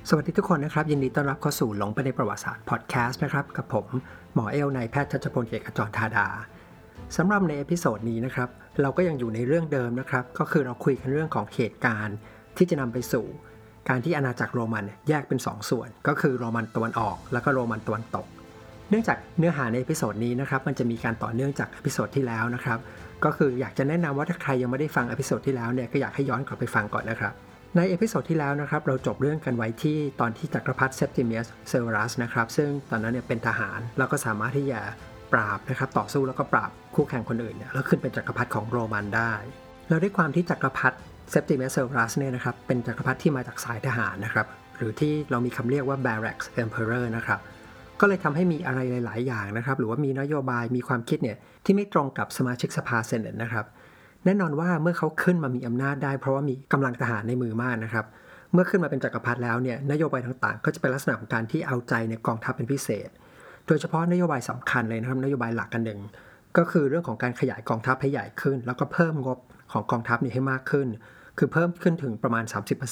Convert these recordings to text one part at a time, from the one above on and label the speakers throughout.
Speaker 1: สวัสดีทุกคนนะครับยินดีต้อนรับเข้าสู่หลงไปในประวัติศาสตร์พอดแคสต์นะครับกับผมหมอเอลนายแพทย์ทัชพลเกียรติขจรธาดาสำหรับในเอพิโซดนี้นะครับเราก็ยังอยู่ในเรื่องเดิมนะครับก็คือเราคุยกันเรื่องของเหตุการณ์ที่จะนำไปสู่การที่อาณาจักรโรมันแยกเป็น2ส่วนก็คือโรมันตะวันออกแล้วก็โรมันตะวันตกเนื่องจากเนื้อหาในเอพิโซดนี้นะครับมันจะมีการต่อเนื่องจากเอพิโซดที่แล้วนะครับก็คืออยากจะแนะนำว่าถ้าใครยังไม่ได้ฟังเอพิโซดที่แล้วเนี่ยก็อยากให้ย้อนกลับไปฟังก่อนนะครับในเอพิโซดที่แล้วนะครับเราจบเรื่องกันไว้ที่ตอนที่จักรพรรดิเซปติเมียสเซเวอรัสนะครับซึ่งตอนนั้นเนี่ยเป็นทหารแล้วก็สามารถที่จะปราบนะครับต่อสู้แล้วก็ปราบคู่แข่งคนอื่นเนี่ยแล้วขึ้นเป็นจักรพรรดิของโรมันได้แล้วด้วยความที่จักรพรรดิเซปติเมียสเซเวอรัสเนี่ยนะครับเป็นจักรพรรดิที่มาจากสายทหารนะครับหรือที่เรามีคำเรียกว่า Barracks Emperor นะครับก็เลยทำให้มีอะไรหลายๆอย่างนะครับหรือว่ามีนโยบายมีความคิดเนี่ยที่ไม่ตรงกับสมาชิกสภาเซเนตนะครับแน่นอนว่าเมื่อเขาขึ้นมามีอำนาจได้เพราะว่ามีกำลังทหารในมือมากนะครับเมื่อขึ้นมาเป็นจักรพรรดิแล้วเนี่ยนโยบายต่างๆก็จะเป็นลักษณะของการที่เอาใจในกองทัพเป็นพิเศษโดยเฉพาะนโยบายสำคัญเลยนะครับนโยบายหลักกันหนึ่งก็คือเรื่องของการขยายกองทัพให้ใหญ่ขึ้นแล้วก็เพิ่มงบของกองทัพนี้ให้มากขึ้นคือเพิ่มขึ้นถึงประมาณ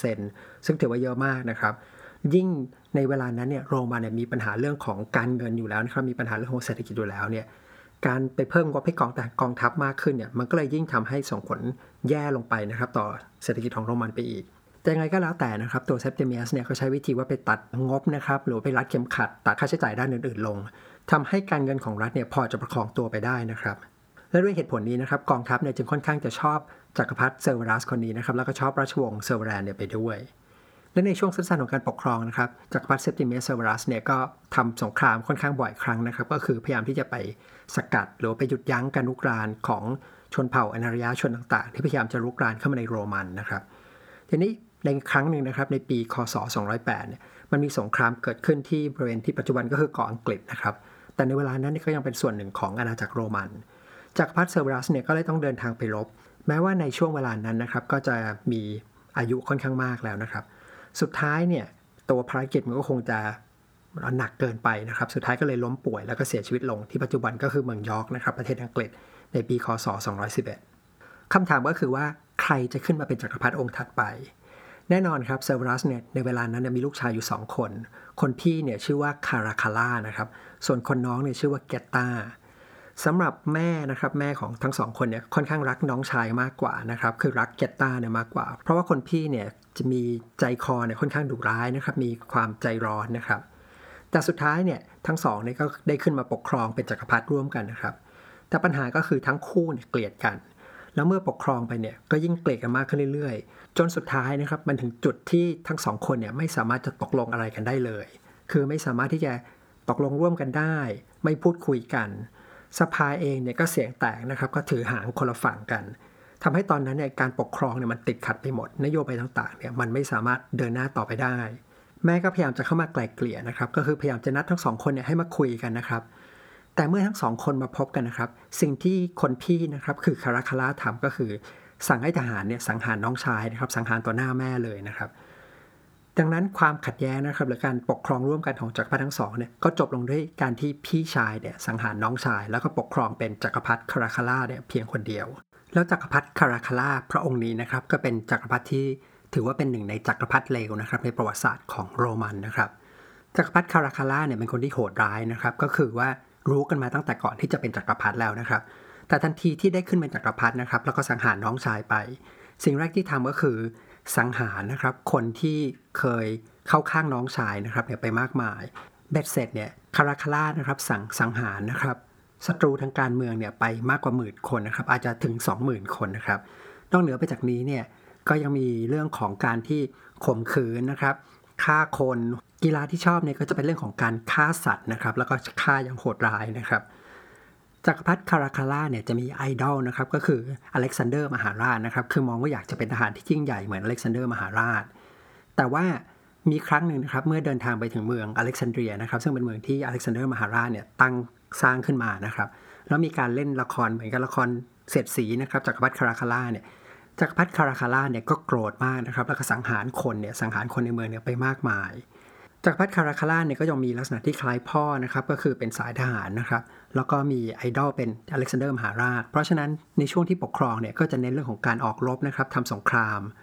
Speaker 1: 30% ซึ่งถือว่าเยอะมากนะครับยิ่งในเวลานั้นเนี่ยโรมันเนี่ยมีปัญหาเรื่องของการเงินอยู่แล้วนะครับมีปัญหาเรื่องของเศรษฐกิจอยู่แล้วเนี่ยการไปเพิ่มงบให้กองทัพมากขึ้นเนี่ยมันก็เลยยิ่งทำให้ส่งผลแย่ลงไปนะครับต่อเศรษฐกิจของโรมันไปอีกแต่ยังไงก็แล้วแต่นะครับตัวเซปติเมียสเนี่ยเขาใช้วิธีว่าไปตัดงบนะครับหรือไปรัดเข็มขัดตัดค่าใช้จ่ายด้านอื่นๆลงทำให้การเงินของรัฐเนี่ยพอจะประคองตัวไปได้นะครับและด้วยเหตุผลนี้นะครับกองทัพเนี่ยจึงค่อนข้างจะชอบจักรพรรดิเซเวอรัสคนนี้นะครับแล้วก็ชอบราชวงศ์เซเวอแรนเนี่ยไปด้วยและในช่วงสั้นๆของการปกครองนะครับจักรพรรดิเซปติเมียสเซเวอรัสเนี่ยก็ทำสงครามค่อนข้างบ่อยครั้งนะครับก็คือพยายามที่จะไปสกัดหรือไปหยุดยั้งการลุกรานของชนเผ่าอนาริยชนต่างๆที่พยายามจะลุกรานเข้ามาในโรมันนะครับทีนี้ในครั้งหนึ่งนะครับในปีคศ208เนี่ยมันมีสงครามเกิดขึ้นที่บริเวณที่ปัจจุบันก็คือเกาะอังกฤษนะครับแต่ในเวลานั้นก็ยังเป็นส่วนหนึ่งของอาณาจักรโรมันจักรพรรดิเซเวอรัสเนี่ยก็เลยต้องเดินทางไปรบแม้ว่าในช่วงเวลานั้นนะครับก็จะมีอายุค่อนข้างมากแล้วนะครับสุดท้ายเนี่ยตัวภารกิจมันก็คงจะหนักเกินไปนะครับสุดท้ายก็เลยล้มป่วยแล้วก็เสียชีวิตลงที่ปัจจุบันก็คือเมืองยอร์กนะครับประเทศอังกฤษในปีคศ211คำถามก็คือว่าใครจะขึ้นมาเป็นจักรพรรดิองค์ถัดไปแน่นอนครับเซเวอรัสเนี่ยในเวลานั้นมีลูกชายอยู่2คนคนพี่เนี่ยชื่อว่าคาราคาล่านะครับส่วนคนน้องเนี่ยชื่อว่าเกตตาสำหรับแม่นะครับแม่ของทั้ง2คนเนี่ยค่อนข้างรักน้องชายมากกว่านะครับคือรักเกตตาเนี่ยมากกว่าเพราะว่าคนพี่เนี่ยจะมีใจคอเนี่ยค่อนข้างดุร้ายนะครับมีความใจร้อนนะครับแต่สุดท้ายเนี่ยทั้งสองเนี่ยก็ได้ขึ้นมาปกครองเป็นจักรพรรดิร่วมกันนะครับแต่ปัญหาก็คือทั้งคู่เนี่ยเกลียดกันแล้วเมื่อปกครองไปเนี่ยก็ยิ่งเกลียดกันมากขึ้นเรื่อยๆจนสุดท้ายนะครับมันถึงจุดที่ทั้งสองคนเนี่ยไม่สามารถจะตกลงอะไรกันได้เลยคือไม่สามารถที่จะตกลงร่วมกันได้ไม่พูดคุยกันสภาเองเนี่ยก็เสียงแตกนะครับก็ถือหางคนละฝั่งกันทำให้ตอนนั้นเนี่ยการปกครองเนี่ยมันติดขัดไปหมดนโยบายต่างๆเนี่ยมันไม่สามารถเดินหน้าต่อไปได้แม่ก็พยายามจะเข้ามาไกล่เกลี่ยนะครับก็คือพยายามจะนัดทั้งสองคนเนี่ยให้มาคุยกันนะครับแต่เมื่อทั้งสองคนมาพบกันนะครับสิ่งที่คนพี่นะครับคือคาราคาล่าทำก็คือสั่งให้ทหารเนี่ยสังหารน้องชายนะครับสังหารต่อหน้าแม่เลยนะครับดังนั้นความขัดแย้งนะครับหรือการปกครองร่วมกันของจักรพรรดิทั้งสองเนี่ยก็จบลงด้วยการที่พี่ชายเนี่ยสังหารน้องชายแล้วก็ปกครองเป็นจักรพรรดิคาราคาล่าเนี่ยเพียงคนเดียวแล้วจักรพรรดิคาราคาล่าพระองค์นี้นะครับก็เป็นจักรพรรดิที่ถือว่าเป็นหนึ่งในจักรพรรดิเลวนะครับในประวัติศาสตร์ของโรมันนะครับจักรพรรดิคาราคาล่าเนี่ยเป็นคนที่โหดร้ายนะครับก็คือว่ารู้กันมาตั้งแต่ก่อนที่จะเป็นจักรพรรดิแล้วนะครับแต่ทันทีที่ได้ขึ้นเป็นจักรพรรดินะครับแล้วก็สังหารน้องชายไปสิ่งแรกที่ทำก็คือสังหารนะครับคนที่เคยเข้าข้างน้องชายนะครับเนี่ยไปมากมายเบ็ดเสร็จเนี่ยคาราคาล่านะครับสังหารนะครับศัตรูทางการเมืองเนี่ยไปมากกว่า10,000 คนนะครับอาจจะถึง 20,000 คนนะครับนอกเหนือไปจากนี้เนี่ยก็ยังมีเรื่องของการที่ข่มขืนนะครับฆ่าคนกีฬาที่ชอบเนี่ยก็จะเป็นเรื่องของการฆ่าสัตว์นะครับแล้วก็ฆ่าอย่างโหดร้ายนะครับจักรพรรดิคาราคาล่าเนี่ยจะมีไอดอลนะครับก็คืออเล็กซานเดอร์มหาราชนะครับคือมองว่าอยากจะเป็นทหารที่ยิ่งใหญ่เหมือนอเล็กซานเดอร์มหาราชแต่ว่ามีครั้งหนึ่งนะครับเมื่อเดินทางไปถึงเมืองอเล็กซานเดรียนะครับซึ่งเป็นเมืองที่อเล็กซานเดอร์มหาราชเนี่ยตั้งสร้างขึ้นมานะครับแล้วมีการเล่นละครเหมือนกับละครเสียดสีนะครับจักรพรรดิคาราคาล่าเนี่ยจักรพรรดิคาราคาล่าเนี่ยก็โกรธมากนะครับแล้วก็สังหารคนในเมืองเนี่ยไปมากมายจักรพรรดิคาราคาล่าเนี่ยก็ยังมีลักษณะที่คล้ายพ่อนะครับก็คือเป็นสายทหารนะครับแล้วก็มีไอดอลเป็นอเล็กซานเดอร์มหาราชเพราะฉะนั้นในช่วงที่ปกครองเนี่ยก็จะเน้นเรื่องของการออกรบนะครับทำสงคราม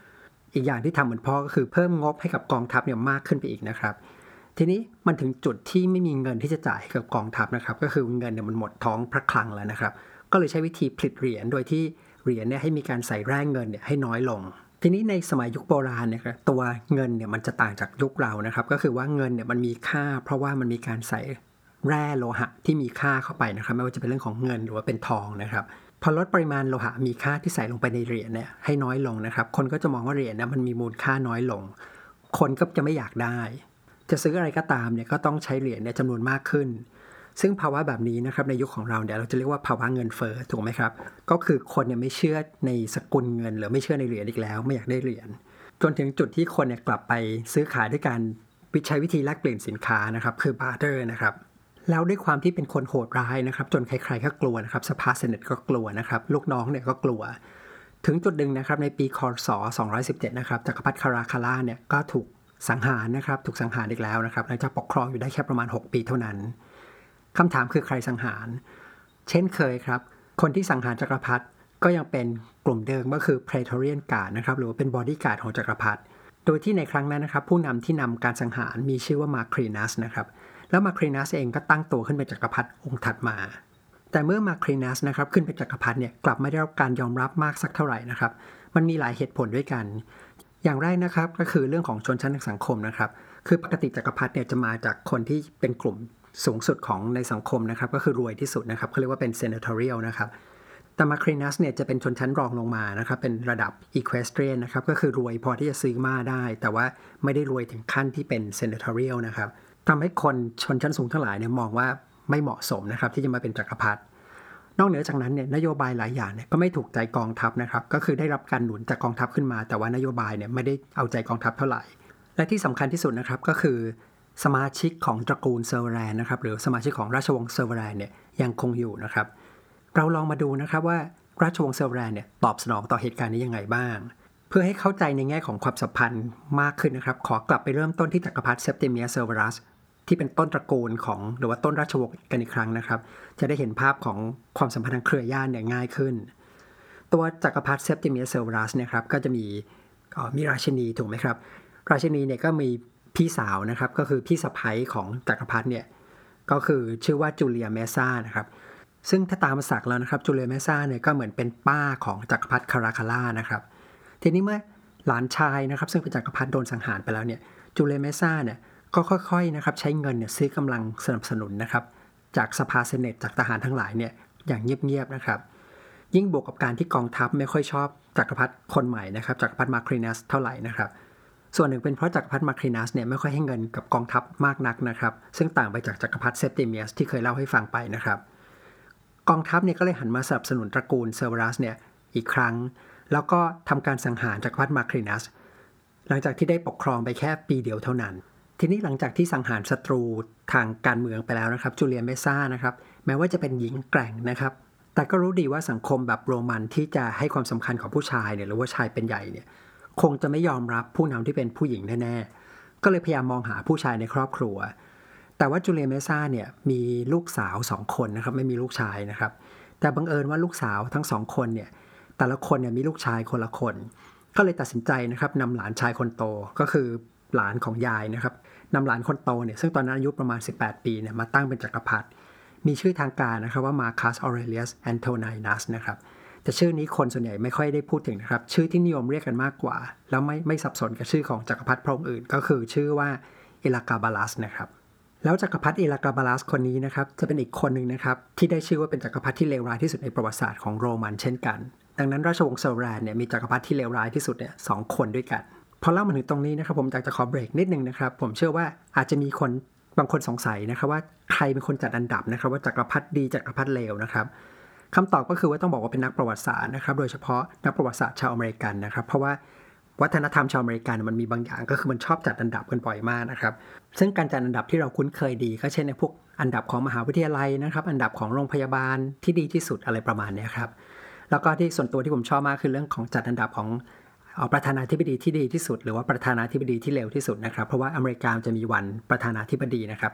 Speaker 1: อีกอย่างที่ทำเหมือนพ่อก็คือเพิ่มงบให้กับกองทัพเนี่ยมากขึ้นไปอีกนะครับทีนี้มันถึงจุดที่ไม่มีเงินที่จะจ่ายให้กับกองทัพนะครับก็คือเงินเนี่ยมันหมดท้องพระคลังแล้วนะครับก็เลยใช้วิธีผลิตเหรียญโดยที่เหรียญเนี่ยให้มีการใส่แร่เงินเนี่ยให้น้อยลงทีนี้ในสมัยยุคโบราณเนี่ยครับตัวเงินเนี่ยมันจะต่างจากยุคเรานะครับก็คือว่าเงินเนี่ยมันมีค่าเพราะว่ามันมีการใส่แร่โลหะที่มีค่าเข้าไปนะครับไม่ว่าจะเป็นเรื่องของเงินหรือว่าเป็นทองนะครับพอลดปริมาณโลหะมีค่าที่ใส่ลงไปในเหรียญเนี่ยให้น้อยลงนะครับคนก็จะมองว่าเหรียญเนี่ยมันมีมูลค่าน้อยลงคนก็จะไม่อยากได้จะซื้ออะไรก็ตามเนี่ยก็ต้องใช้เหรียญเนี่ยจำนวนมากขึ้นซึ่งภาวะแบบนี้นะครับในยุคของเราเนี่ยเราจะเรียกว่าภาวะเงินเฟ้อถูกไหมครับก็คือคนเนี่ยไม่เชื่อในสกุลเงินหรือไม่เชื่อในเหรียญอีกแล้วไม่อยากได้เหรียญจนถึงจุดที่คนเนี่ยกลับไปซื้อขายด้วยการใช้วิธีแลกเปลี่ยนสินค้านะครับคือ barter นะครับแล้วด้วยความที่เป็นคนโหดร้ายนะครับจนใครๆก็กลัวนะครับสภาเซเนตก็กลัวนะครับลูกน้องเนี่ยก็กลัวถึงจุดหนึ่งนะครับในปีคศ217นะครับจักรพรรดิคาราคาร่าเนี่ยก็ถูกสังหารนะครับถูกสังหารอีกแล้วนะครับหลังจากปกครองอยู่ได้แค่ประมาณ6ปีเท่านั้นคำถามคือใครสังหารเช่นเคยครับคนที่สังหารจักรพรรดิก็ยังเป็นกลุ่มเดิมก็คือ Praetorian Guard นะครับหรือว่าเป็นบอดี้การ์ดของจักรพรรดิโดยที่ในครั้งนั้นนะครับผู้นำที่นำการสังหารมีชื่อว่ามาครีนัสนะครับแล้วมาครีนัสเองก็ตั้งตัวขึ้นเป็นจักรพรรดิองค์ถัดมาแต่เมื่อมาครีนัสนะครับขึ้นเป็นจักรพรรดิเนี่ยกลับไม่ได้รับการยอมรับมากสักเท่าไหร่นะครับมันมีหลายเหตุผลด้วยกันอย่างแรกนะครับก็คือเรื่องของชนชั้นในสังคมนะครับคือปกติจักรพรรดิเนี่ยจะมาจากคนที่เป็นกลุ่มสูงสุดของในสังคมนะครับก็คือรวยที่สุดนะครับเขาเรียกว่าเป็น senatorial นะครับแต่มาครีนัสเนี่ยจะเป็นชนชั้นรองลงมานะครับเป็นระดับ equestrian นะครับก็คือรวยพอที่จะซื้อม้าได้แต่ว่าไม่ได้รวยถึงขั้นที่เป็น senatorial นะครับทำให้คนชนชั้นสูงทั้งหลายเนี่ยมองว่าไม่เหมาะสมนะครับที่จะมาเป็นจักรพรรดินอกเหนือจากนั้นเนี่ยนโยบายหลายอย่างเนี่ยก็ไม่ถูกใจกองทัพนะครับก็คือได้รับการหนุนจากกองทัพขึ้นมาแต่ว่านโยบายเนี่ยไม่ได้เอาใจกองทัพเท่าไหร่และที่สำคัญที่สุดนะครับก็คือสมาชิกของตระกูลเซอร์แรนนะครับหรือสมาชิกของราชวงศ์เซอร์แรนเนี่ยยังคงอยู่นะครับเราลองมาดูนะครับว่าราชวงศ์เซอร์แรนเนี่ยตอบสนองต่อเหตุการณ์นี้ยังไงบ้างเพื่อให้เข้าใจในแง่ของความสัมพันธ์มากขึ้นนะครับขอกลับไปเริ่มต้นที่จักรพรรดิเซปติเมียสเซอร์เวรัสที่เป็นต้นตระกูลของหรือว่าต้นราชวงศ์กันอีกครั้งนะครับจะได้เห็นภาพของความสัมพันธ์ทางเครือญาติเนี่ยง่ายขึ้นตัวจักรพรรดิเซปติเมียสเซอร์เวรัสเนี่ยครับก็จะมีราชินีถูกไหมครับราชินีเนี่ยก็มีพี่สาวนะครับก็คือพี่สะใภ้ของจักรพรรดิเนี่ยก็คือชื่อว่าจูเลียเมซ่านะครับซึ่งถ้าตามศักดิ์แล้วนะครับจูเลียเมซ่าเนี่ยก็เหมือนเป็นป้าของจักรพรรดิคาราคาร่านะครับทีนี้เมื่อหลานชายนะครับซึ่งเป็นจักรพรรดิโดนสังหารไปแล้วเนี่ยจูเลียเมซ่าเนี่ยก็ค่อยๆนะครับใช้เงินเนี่ยซื้อกำลังสนับสนุนนะครับจากสภาเซเนตจากทหารทั้งหลายเนี่ยอย่างเงียบๆนะครับยิ่งบวกกับการที่กองทัพไม่ค่อยชอบจักรพรรดิคนใหม่นะครับจักรพรรดิมาครีนัสเท่าไหร่นะครับส่วนหนึ่งเป็นเพราะจักรพรรดิมาครีนัสเนี่ยไม่ค่อยให้เงินกับกองทัพมากนักนะครับซึ่งต่างไปจากจักรพรรดิเซปติเมียสที่เคยเล่าให้ฟังไปนะครับกองทัพเนี่ยก็เลยหันมาสนับสนุนตระกูลเซอร์เวรัสเนี่ยอีกครั้งแล้วก็ทำการสังหารจักรพรรดิมาครีนัสหลังจากที่ได้ปกครองไปแค่ปีเดียวเท่านั้นทีนี้หลังจากที่สังหารศัตรูทางการเมืองไปแล้วนะครับจูเลียเมซ่านะครับแม้ว่าจะเป็นหญิงแกร่งนะครับแต่ก็รู้ดีว่าสังคมแบบโรมันที่จะให้ความสำคัญของผู้ชายเนี่ยหรือว่าชายเป็นใหญ่เนี่ยคงจะไม่ยอมรับผู้นำที่เป็นผู้หญิงแน่ๆก็เลยพยายามมองหาผู้ชายในครอบครัวแต่ว่าจูเลียเมซ่าเนี่ยมีลูกสาว2คนนะครับไม่มีลูกชายนะครับแต่บังเอิญว่าลูกสาวทั้ง2คนเนี่ยแต่ละคนเนี่ยมีลูกชายคนละคนก็เลยตัดสินใจนะครับนำหลานชายคนโตก็คือหลานของยายนะครับนำหลานคนโตเนี่ยซึ่งตอนนั้นอายุประมาณ18ปีเนี่ยมาตั้งเป็นจักรพรรดิมีชื่อทางการนะครับว่ามาคัสออเรเลียสแอนโทไนนัสนะครับแต่ชื่อนี้คนส่วนใหญ่ไม่ค่อยได้พูดถึงนะครับชื่อที่นิยมเรียกกันมากกว่าแล้วไม่สับสนกับชื่อของจักรพรรดิพระองค์อื่นก็คือชื่อว่าเอลากาบาลัสนะครับแล้วจักรพรรดิเอลากาบาลัสคนนี้นะครับจะเป็นอีกคนหนึ่งนะครับที่ได้ชื่อว่าเป็นจักรพรรดิที่เลวร้ายที่สุดในประวัติศาสตร์ของโรมันเช่นกันดังนั้นราชวงศ์เซอร์แรนเนี่ยมีจักรพรรดิที่เลวร้ายที่สุดเนี่ย2คนด้วยกันพอเล่ามาถึงตรงนี้นะครับผมอยากจะขอเบรกนิดนึงนะครับผมเชื่อว่าอาจจะมีคนบางคนสงสัยนะครับว่าใครเป็นคนจัดอันดับนะครับว่าจักรพรรดิดีจักรพรรดิเลวนะครับคำตอบก็คือว่าต้องบอกว่าเป็นนักประวัติศาสตร์นะครับโดยเฉพาะนักประวัติศาสตร์ชาวอเมริกันนะครับเพราะว่าวัฒนธรรมชาวอเมริกันมันมีบางอย่างก็คือมันชอบจัดอันดับกันบ่อยมากนะครับซึ่งการจัดอันดับที่เราคุ้นเคยดีก็เช่นในพวกอันดับของมหาวิทยาลัยนะครับอันดับของโรงพยาบาลที่ดีที่สุดอะไรประมาณนี้ครับแล้วก็ที่ส่วนตัวที่ผมชอบมากคือเรื่องของจัดอันดับของประธานาธิบดีที่ดีที่สุดหรือว่าประธานาธิบดีที่เลวที่สุดนะครับเพราะว่าอเมริกาจะมีวันประธานาธิบดีนะครับ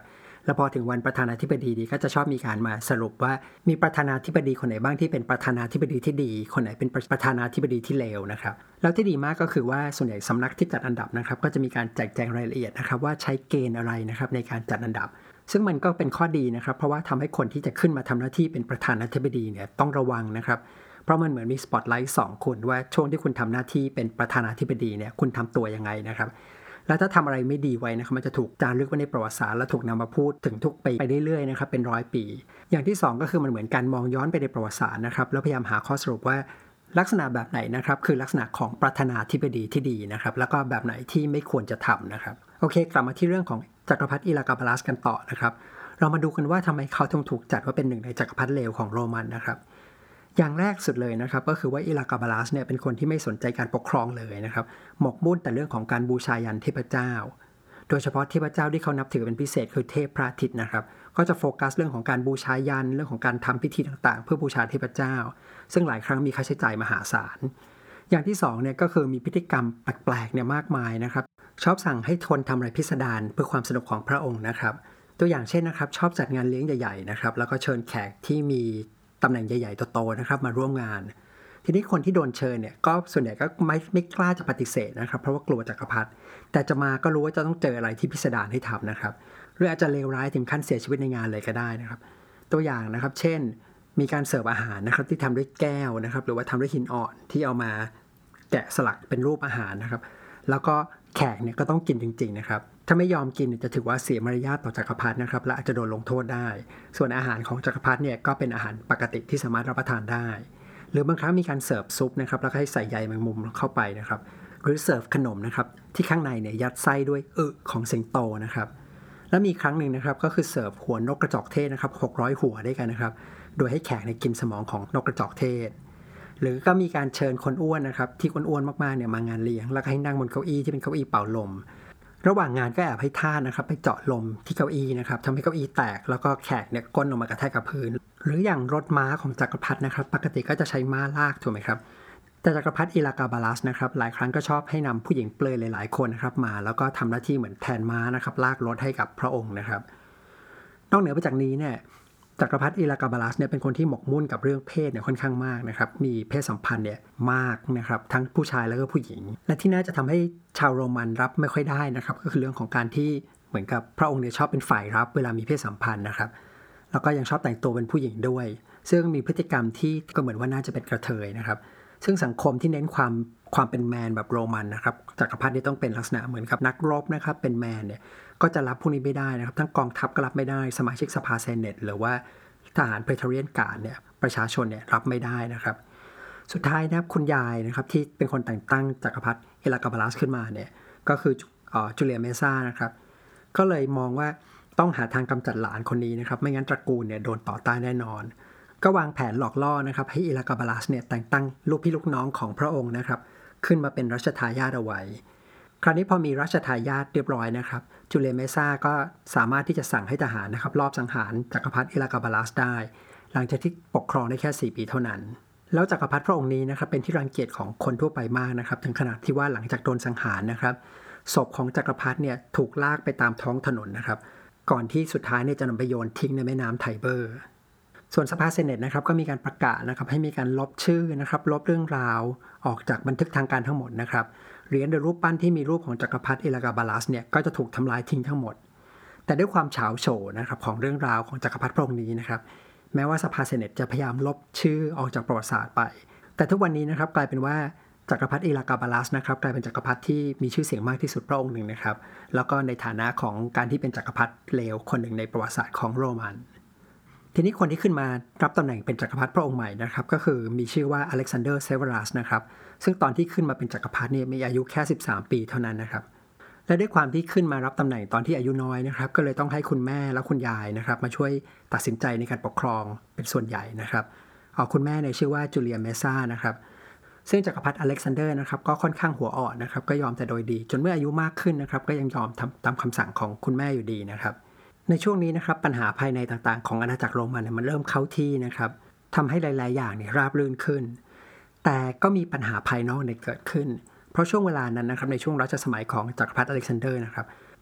Speaker 1: แล้วพอถึงวันประธานาธิบดีก็จะชอบมีการมาสรุปว่ามีประธานาธิบดีคนไหนบ้างที่เป็นประธานาธิบดีที่ดีคนไหนเป็นประธานาธิบดีที่เลวนะครับแล้วที่ดีมากก็คือว่าส่วนใหญ่สำนักที่จัดอันดับนะครับก็จะมีการแจกแจงรายละเอียดนะครับว่าใช้เกณฑ์อะไรนะครับในการจัดอันดับซึ่งมันก็เป็นข้อดีนะครับเพราะว่าทำให้คนที่จะขึ้นมาทำหน้าที่เป็นประธานาธิบดีเนี่ยต้องระวังนะครับเพราะมันเหมือนมีสปอตไลท์2คนว่าช่วงที่คุณทำหน้าที่เป็นประธานาธิบดีเนี่ยคุณทำตัวยังไงนะครับแล้วถ้าทำอะไรไม่ดีไว้นะครับมันจะถูกจารึกไว้ในประวัติศาสตร์และถูกนำมาพูดถึงทุกปีไปเรื่อยๆนะครับเป็น100 ปีอย่างที่2ก็คือมันเหมือนการมองย้อนไปในประวัติศาสตร์นะครับแล้วพยายามหาข้อสรุปว่าลักษณะแบบไหนนะครับคือลักษณะของประธานาธิบดีที่ดีนะครับแล้วก็แบบไหนที่ไม่ควรจะทำนะครับโอเคกลับมาที่เรื่องของจักรพรรดิอิลากาบาลัสกันต่อนะครับเรามาดูกันว่าทำไมเขาถึงถูกจัดว่าเป็นหนึ่งในจักรพรรดิเลวของโรมันนะครับอย่างแรกสุดเลยนะครับก็คือว่าอิลากาบาลัสเนี่ยเป็นคนที่ไม่สนใจการปกครองเลยนะครับหมกมุ่นแต่เรื่องของการบูชายันเทพเจ้าโดยเฉพาะเทพเจ้าที่เขานับถือเป็นพิเศษคือเทพพระอาทิตย์นะครับก็จะโฟกัสเรื่องของการบูชายันเรื่องของการทำพิธีต่างๆเพื่อบูชาเทพเจ้าซึ่งหลายครั้งมีค่าใช้จ่ายมหาศาลอย่างที่2เนี่ยก็คือมีพฤติกรรมแปลกๆเนี่ยมากมายนะครับชอบสั่งให้คนทำอะไรพิสดารเพื่อความสนุกของพระองค์นะครับตัวอย่างเช่นนะครับชอบจัดงานเลี้ยงใหญ่ๆนะครับแล้วก็เชิญแขกที่มีตำแหน่งใหญ่ๆโตๆนะครับมาร่วมงานทีนี้คนที่โดนเชิญเนี่ยก็ส่วนใหญ่ก็ไม่กล้าจะปฏิเสธนะครับเพราะว่ากลัวจักรพรรดิแต่จะมาก็รู้ว่าจะต้องเจออะไรที่พิสดารให้ทำนะครับหรืออาจจะเลวร้ายถึงขั้นเสียชีวิตในงานเลยก็ได้นะครับตัวอย่างนะครับเช่นมีการเสิร์ฟอาหารนะครับที่ทำด้วยแก้วนะครับหรือว่าทำด้วยหินอ่อนที่เอามาแกะสลักเป็นรูปอาหารนะครับแล้วก็แขกเนี่ยก็ต้องกินจริงๆนะครับถ้าไม่ยอมกินจะถือว่าเสียมารยาทต่อจักรพรรดินะครับและอาจจะโดนลงโทษได้ส่วนอาหารของจักรพรรดิเนี่ยก็เป็นอาหารปกติที่สามารถรับประทานได้หรือบางครั้งมีการเสิร์ฟซุปนะครับแล้วก็ให้ใส่ใยแมงมุมเข้าไปนะครับหรือเสิร์ฟขนมนะครับที่ข้างในเนี่ยยัดไส้ด้วยของสิงโตนะครับแล้วมีครั้งหนึ่งนะครับก็คือเสิร์ฟหัวนกกระจอกเทศนะครับ600 หัวด้วยกันนะครับโดยให้แขกเนี่ยกินสมองของนกกระจอกเทศหรือก็มีการเชิญคนอ้วนนะครับที่อ้วนๆมากๆเนี่ยมางานเลี้ยงแล้วก็ให้นั่งบนเก้าอี้ที่เป็นเก้าอี้เป่าลมระหว่างงานก็แอบให้ทาสนะครับไปเจาะลมที่เก้าอี้นะครับทำให้เก้าอี้แตกแล้วก็แขกเนี่ยก้นลงมากระแทกกับพื้นหรืออย่างรถม้าของจักรพรรดินะครับปกติก็จะใช้ม้าลากถูกไหมครับแต่จักรพรรดิอิลากาบาลัสนะครับหลายครั้งก็ชอบให้นำผู้หญิงเปลือยหลายๆคนนะครับมาแล้วก็ทำหน้าที่เหมือนแทนม้านะครับลากรถให้กับพระองค์นะครับนอกเหนือไปจากนี้เนี่ยจักรพรรดิอิลากาบาลัสเนี่ยเป็นคนที่หมกมุ่นกับเรื่องเพศเนี่ยค่อนข้างมากนะครับมีเพศสัมพันธ์เนี่ยมากนะครับทั้งผู้ชายแล้วก็ผู้หญิงและที่น่าจะทำให้ชาวโรมันรับไม่ค่อยได้นะครับก็คือเรื่องของการที่เหมือนกับพระองค์เนี่ยชอบเป็นฝ่ายรับเวลามีเพศสัมพันธ์นะครับแล้วก็ยังชอบแต่งตัวเป็นผู้หญิงด้วยซึ่งมีพฤติกรรมที่ก็เหมือนว่าน่าจะเป็นกระเทยนะครับซึ่งสังคมที่เน้นความเป็นแมนแบบโรมันนะครับจักรพรรดินี่ต้องเป็นลักษณะเหมือนกับนักรบนะครับเป็นแมนเนี่ยก็จะรับพวกนี้ไม่ได้นะครับทั้งกองทัพก็รับไม่ได้สมาชิกสภาเซเนตหรือว่าทหารเพเทเรียนการ์ดเนี่ยประชาชนเนี่ยรับไม่ได้นะครับสุดท้ายนะครับคุณยายนะครับที่เป็นคนแต่งตั้งจักรพรรดิอิลากาบาลัสขึ้นมาเนี่ยก็คือจูเลียเมซ่านะครับก็เลยมองว่าต้องหาทางกำจัดหลานคนนี้นะครับไม่งั้นตระกูลเนี่ยโดนต่อต้านแน่นอนก็วางแผนหลอกล่อนะครับให้อิลากาบาลัสเนี่ยแต่งตั้งลูกพี่ลูกน้องของพระองค์นะครับขึ้นมาเป็นรัชทายาทเอาไว้คราวนี้พอมีรัชทายาทเรียบร้อยนะครับจูเลียเมซ่าก็สามารถที่จะสั่งให้ทหารนะครับลอบสังหารจักรพรรดิอิลากาบาลัสได้หลังจากที่ปกครองได้แค่4 ปีเท่านั้นแล้วจักรพรรดิพระองค์นี้นะครับเป็นที่รังเกียจของคนทั่วไปมากนะครับถึงขนาดที่ว่าหลังจากโดนสังหารนะครับศพของจักรพรรดิเนี่ยถูกลากไปตามท้องถนนนะครับก่อนที่สุดท้ายเนี่ยจะนำไปโยนทิ้งในแม่น้ำไทเบอร์ส่วนสภาเซเนตนะครับก็มีการประกาศนะครับให้มีการลบชื่อนะครับลบเรื่องราวออกจากบันทึกทางการทั้งหมดนะครับเหรียญหรือรูปปั้นที่มีรูปของจักรพรรดิอิลากาบาลัสเนี่ยก็จะถูกทำลายทิ้งทั้งหมดแต่ด้วยความเฉาโฉนะครับของเรื่องราวของจักรพรรดิพระองค์นี้นะครับแม้ว่าสภาเซเนตจะพยายามลบชื่อออกจากประวัติศาสตร์ไปแต่ทุกวันนี้นะครับกลายเป็นว่าจักรพรรดิอิลากาบาลัสนะครับกลายเป็นจักรพรรดิที่มีชื่อเสียงมากที่สุดพระองค์หนึ่งนะครับแล้วก็ในฐานะของการที่เป็นจักรพรรดิเลวคนหนึ่งในประวัติศาสตร์ของโรมันทีนี้คนที่ขึ้นมารับตำแหน่งเป็นจักรพรรดิพระองค์ใหม่นะครับก็คือมีชื่อว่าอเล็กซานเดอร์เซเวรัสนะครับซึ่งตอนที่ขึ้นมาเป็นจักรพรรดิเนี่ยมีอายุแค่13 ปีเท่านั้นนะครับและด้วยความที่ขึ้นมารับตำแหน่งตอนที่อายุน้อยนะครับก็เลยต้องให้คุณแม่และคุณยายนะครับมาช่วยตัดสินใจในการปกครองเป็นส่วนใหญ่นะครับคุณแม่เนี่ยชื่อว่าจูเลียเมซ่านะครับซึ่งจักรพรรดิอเล็กซานเดอร์นะครับก็ค่อนข้างหัวอ่อนนะครับก็ยอมแต่โดยดีจนเมื่ออายุมากขึ้นนะครับก็ยังยอมทำตามคำสั่งของคุณแม่อยู่ดีนะครับในช่วงนี้นะครับปัญหาภายในต่างๆของอาณาจักรโรมันมันเริ่มเข้าที่นะครับทำให้หลายๆอย่างเนี่ยราบรื่นขึ้นแต่ก็มีปัญหาภายนอกเนี่ยเกิดขึ้นเพราะช่วงเวลานั้นนะครับในช่วงรัชสมัยของจักรพรรดิอเล็กซานเดอร์นะครับ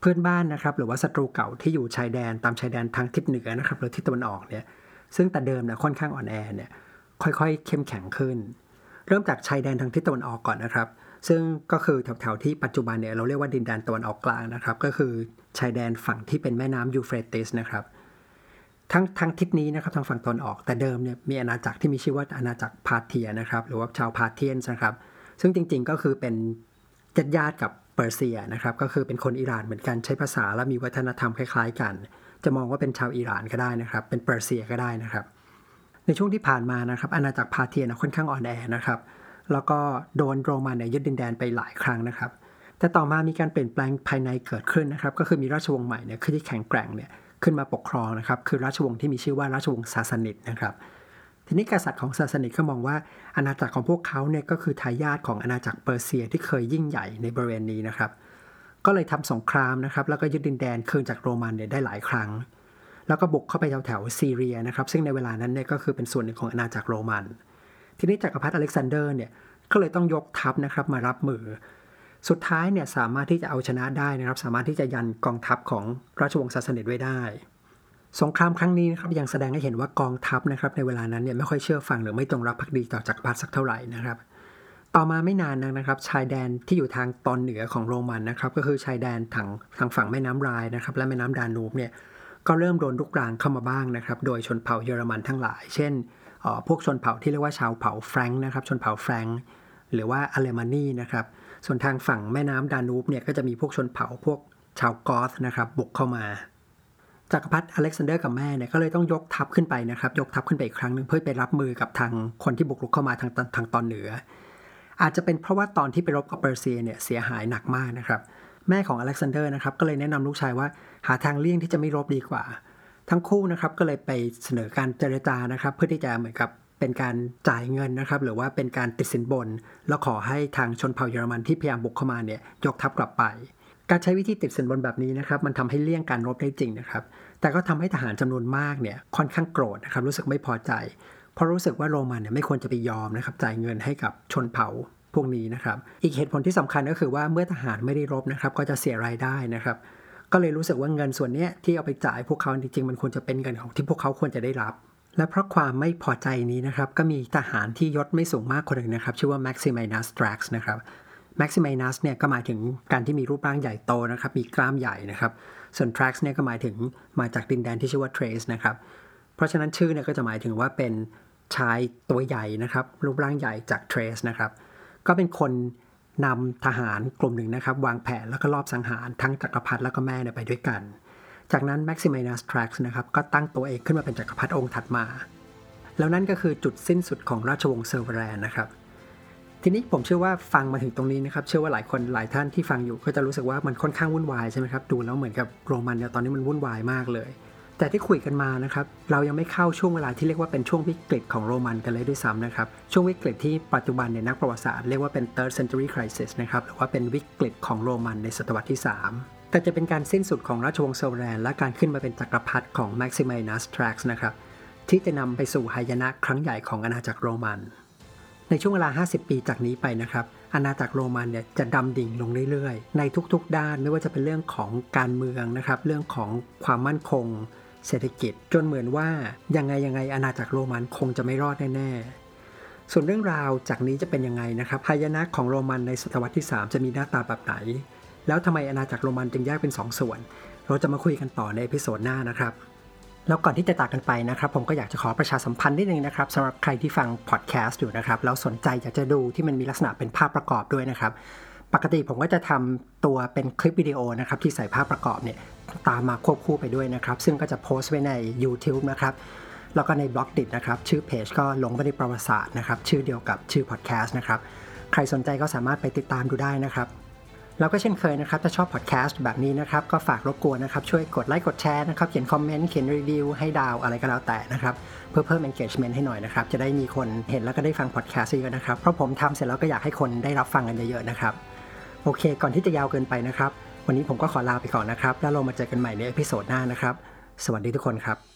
Speaker 1: พื่อนบ้านนะครับหรือว่าศัตรูเก่าที่อยู่ชายแดนตามชายแดนทางทิศเหนือนะครับหรือทิศตะวันออกเนี่ยซึ่งแต่เดิมเนี่ยค่อนข้างอ่อนแอเนี่ยค่อยๆเข้มแข็งขึ้นเริ่มจากชายแดนทางทิศตะวันออกก่อนนะครับซึ่งก็คือแถวๆที่ปัจจุบันเนี่ยเราเรียกว่าดินแดนตะวันออกกลางนะครับก็คือชายแดนฝั่งที่เป็นแม่น้ำยูเฟรติสนะครับทั้งทิศนี้นะครับทางฝั่งตะวันออกแต่เดิมเนี่ยมีอาณาจักรที่มีชื่อว่าอาณาจักรพาร์เทียนะครับหรือว่าชาวพาร์เทียนนะครับซึ่งจริงๆก็คือเป็นญาติกับเปอร์เซียนะครับก็คือเป็นคนอิหร่านเหมือนกันใช้ภาษาและมีวัฒนธรรมคล้ายๆกันจะมองว่าเป็นชาวอิหร่านก็ได้นะครับเป็นเปอร์เซียก็ได้นะครับในช่วงที่ผ่านมานะครับอาณาจักรพาร์เทียนค่อนข้างอ่อนแอนะครับแล้วก็โดนโรมันยึดดินแดนไปหลายครั้งนะครับแต่ต่อมามีการเปลี่ยนแปลงภายในเกิดขึ้นนะครับก็คือมีราชวงศ์ใหม่เนี่ยที่แข็งแกร่งเนี่ยขึ้นมาปกครองนะครับคือราชวงศ์ที่มีชื่อว่าราชวงศ์ซาสนิดนะครับทีนี้กษัตริย์ของซาสนิดก็มองว่าอาณาจักรของพวกเขาเนี่ยก็คือทายาทของอาณาจักรเปอร์เซียที่เคยยิ่งใหญ่ในบริเวณนี้นะครับก็เลยทำสงครามนะครับแล้วก็ยึดดินแดนคืนจากโรมันเนี่ยได้หลายครั้งแล้วก็บุกเข้าไปแถวซีเรียนะครับซึ่งในเวลานั้นเนี่ยก็คือเป็นส่วนหนึ่งของอาณาจักรโรมันทีนี้จักรพรรดิอเล็กซานเดอร์เนี่ยก็เลยต้องยกทัพนะครับมารับมือสุดท้ายเนี่ยสามารถที่จะเอาชนะได้นะครับสามารถที่จะยันกองทัพของราชวงศ์ซาสนิดไว้ได้สงครามครั้งนี้นะครับยังแสดงให้เห็นว่ากองทัพนะครับในเวลานั้นเนี่ยไม่ค่อยเชื่อฟังหรือไม่ตรงรับภักดีต่อจักรพรรดิสักเท่าไหร่นะครับต่อมาไม่นานนะครับชายแดนที่อยู่ทางตอนเหนือของโรมันนะครับก็คือชายแดนทางฝั่งแม่น้ำไรน์นะครับและแม่น้ำดานูบเนี่ยก็เริ่มโดนรุกรานเข้ามาบ้างนะครับโดยชนเผ่าเยอรมันทั้งหลายเช่นพวกชนเผ่าที่เรียกว่าชาวเผ่าแฟรงค์นะครับชนเผ่าแฟรงค์หรือว่าอเลมานีนะครับส่วนทางฝั่งแม่น้ำดานูบเนี่ยก็จะมีพวกชนเผ่าพวกชาวกอธนะครับบุกเข้ามาจักรพรรดิอเล็กซานเดอร์กับแม่เนี่ยก็เลยต้องยกทัพขึ้นไปนะครับยกทัพขึ้นไปอีกครั้งนึงเพื่อไปรับมือกับทางคนที่บุกรุกเข้ามาทางตอนเหนืออาจจะเป็นเพราะว่าตอนที่ไปรบกับเปอร์เซียเนี่ยเสียหายหนักมากนะครับแม่ของอเล็กซานเดอร์นะครับก็เลยแนะนำลูกชายว่าหาทางเลี่ยงที่จะไม่รบดีกว่าทั้งคู่นะครับก็เลยไปเสนอการเจรจานะครับเพื่อที่จะเหมือนกับเป็นการจ่ายเงินนะครับหรือว่าเป็นการติดสินบนแล้วขอให้ทางชนเผ่าเยอรมันที่พยายามบุกเข้ามาเนี่ยยกทัพกลับไปการใช้วิธีติดสินบนแบบนี้นะครับมันทำให้เลี่ยงการรบได้จริงนะครับแต่ก็ทำให้ทหารจำนวนมากเนี่ยค่อนข้างโกรธนะครับรู้สึกไม่พอใจเพราะรู้สึกว่าโรมันเนี่ยไม่ควรจะไปยอมนะครับจ่ายเงินให้กับชนเผ่าพวกนี้นะครับอีกเหตุผลที่สำคัญก็คือว่าเมื่อทหารไม่ได้รบนะครับก็จะเสียรายได้นะครับก็เลยรู้สึกว่าเงินส่วนนี้ที่เอาไปจ่ายพวกเขาจริงๆมันควรจะเป็นเงินของที่พวกเขาควรจะได้รับและเพราะความไม่พอใจนี้นะครับก็มีทหารที่ยศไม่สูงมากคนหนึ่งนะครับชื่อว่าแม็กซิมินัส ทรักซ์นะครับแม็กซิมินัสเนี่ยก็หมายถึงการที่มีรูปร่างใหญ่โตนะครับมีกล้ามใหญ่นะครับส่วน ทรักซ์เนี่ยก็หมายถึงมาจากดินแดนที่ชื่อว่าเทรสนะครับเพราะฉะนั้นชื่อเนี่ยก็จะหมายถึงว่าเป็นชายตัวใหญ่นะครับรูปร่างใหญ่จากเทรสนะครับก็เป็นคนนำทหารกลุ่มหนึ่งนะครับวางแผนแล้วก็ลอบสังหารทั้งจักรพรรดิแล้วก็แม่ไปด้วยกันจากนั้นแม็กซิมินัส ทรักซ์นะครับก็ตั้งตัวเองขึ้นมาเป็นจักรพรรดิองค์ถัดมาแล้วนั่นก็คือจุดสิ้นสุดของราชวงศ์เซอร์เวแรนนะครับทีนี้ผมเชื่อว่าฟังมาถึงตรงนี้นะครับเชื่อว่าหลายท่านที่ฟังอยู่ก็จะรู้สึกว่ามันค่อนข้างวุ่นวายใช่ไหมครับดูแล้วเหมือนกับโรมันเนี่ยตอนนี้มันวุ่นวายมากเลยแต่ที่คุยกันมานะครับเรายังไม่เข้าช่วงเวลาที่เรียกว่าเป็นช่วงวิกฤตของโรมันกันเลยด้วยซ้ำนะครับช่วงวิกฤตที่ปัจจุบันเนี่ยนักประวัติศาสตร์เรียกว่าเป็น Third Century Crisis นะครับหรือว่าเป็นวิกฤตของโรมันในศตวรรษที่3แต่จะเป็นการสิ้นสุดของราชวงศ์เซอร์เวแรนและการขึ้นมาเป็นจักรพรรดิของแม็กซิมินัส ทรักซ์นะครับที่จะนำไปสู่หายนะครั้งใหญ่ของอาณาจักรโรมันในช่วงเวลา50 ปีจากนี้ไปนะครับอาณาจักรโรมันเนี่ยจะดำดิ่งลงเรื่อยๆในทุกๆด้านไม่ว่าจะเป็นเรื่องของการเมืองนะครับเรื่องของความมั่นคงเศรษฐกิจจนเหมือนว่ายังไงอาณาจักรโรมันคงจะไม่รอดแน่ๆส่วนเรื่องราวจากนี้จะเป็นยังไงนะครับหายนะของโรมันในศตวรรษที่3จะมีหน้าตาแบบไหนแล้วทำไมอาณาจักรโรมันจึงแยกเป็น2ส่วนเราจะมาคุยกันต่อในเอพิโซดหน้านะครับแล้วก่อนที่จะจากกันไปนะครับผมก็อยากจะขอประชาสัมพันธ์นิดนึงนะครับสำหรับใครที่ฟังพอดแคสต์อยู่นะครับแล้วสนใจอยากจะดูที่มันมีลักษณะเป็นภาพประกอบด้วยนะครับปกติผมก็จะทำตัวเป็นคลิปวิดีโอนะครับที่ใส่ภาพประกอบเนี่ยตามมาควบคู่ไปด้วยนะครับซึ่งก็จะโพสต์ไว้ใน YouTube นะครับแล้วก็ในบล็อกดินะครับชื่อเพจก็ลงไปในประวัติศาสตร์นะครับชื่อเดียวกับชื่อพอดแคสต์นะครับใครสนใจก็สามารถไปติดตามดูได้นะครับแล้วก็เช่นเคยนะครับถ้าชอบพอดแคสต์แบบนี้นะครับก็ฝากรบกวนนะครับช่วยกดไลค์กดแชร์นะครับเขียนคอมเมนต์เขียนรีวิวให้ดาวอะไรก็แล้วแต่นะครับเพื่อเพิ่ม engagement ให้หน่อยนะครับจะได้มีคนเห็นแล้วก็ได้ฟังพอดแคสต์เยอะนะครับเพราะผมทำเสร็จแล้วก็อยากให้คนได้รับฟังกันเยอะๆนะครับโอเคก่อนที่จะยาวเกินไปนะครับวันนี้ผมก็ขอลาไปก่อนนะครับแล้วเรามาเจอกันใหม่ในเอพิโซดหน้านะครับสวัสดีทุกคนครับ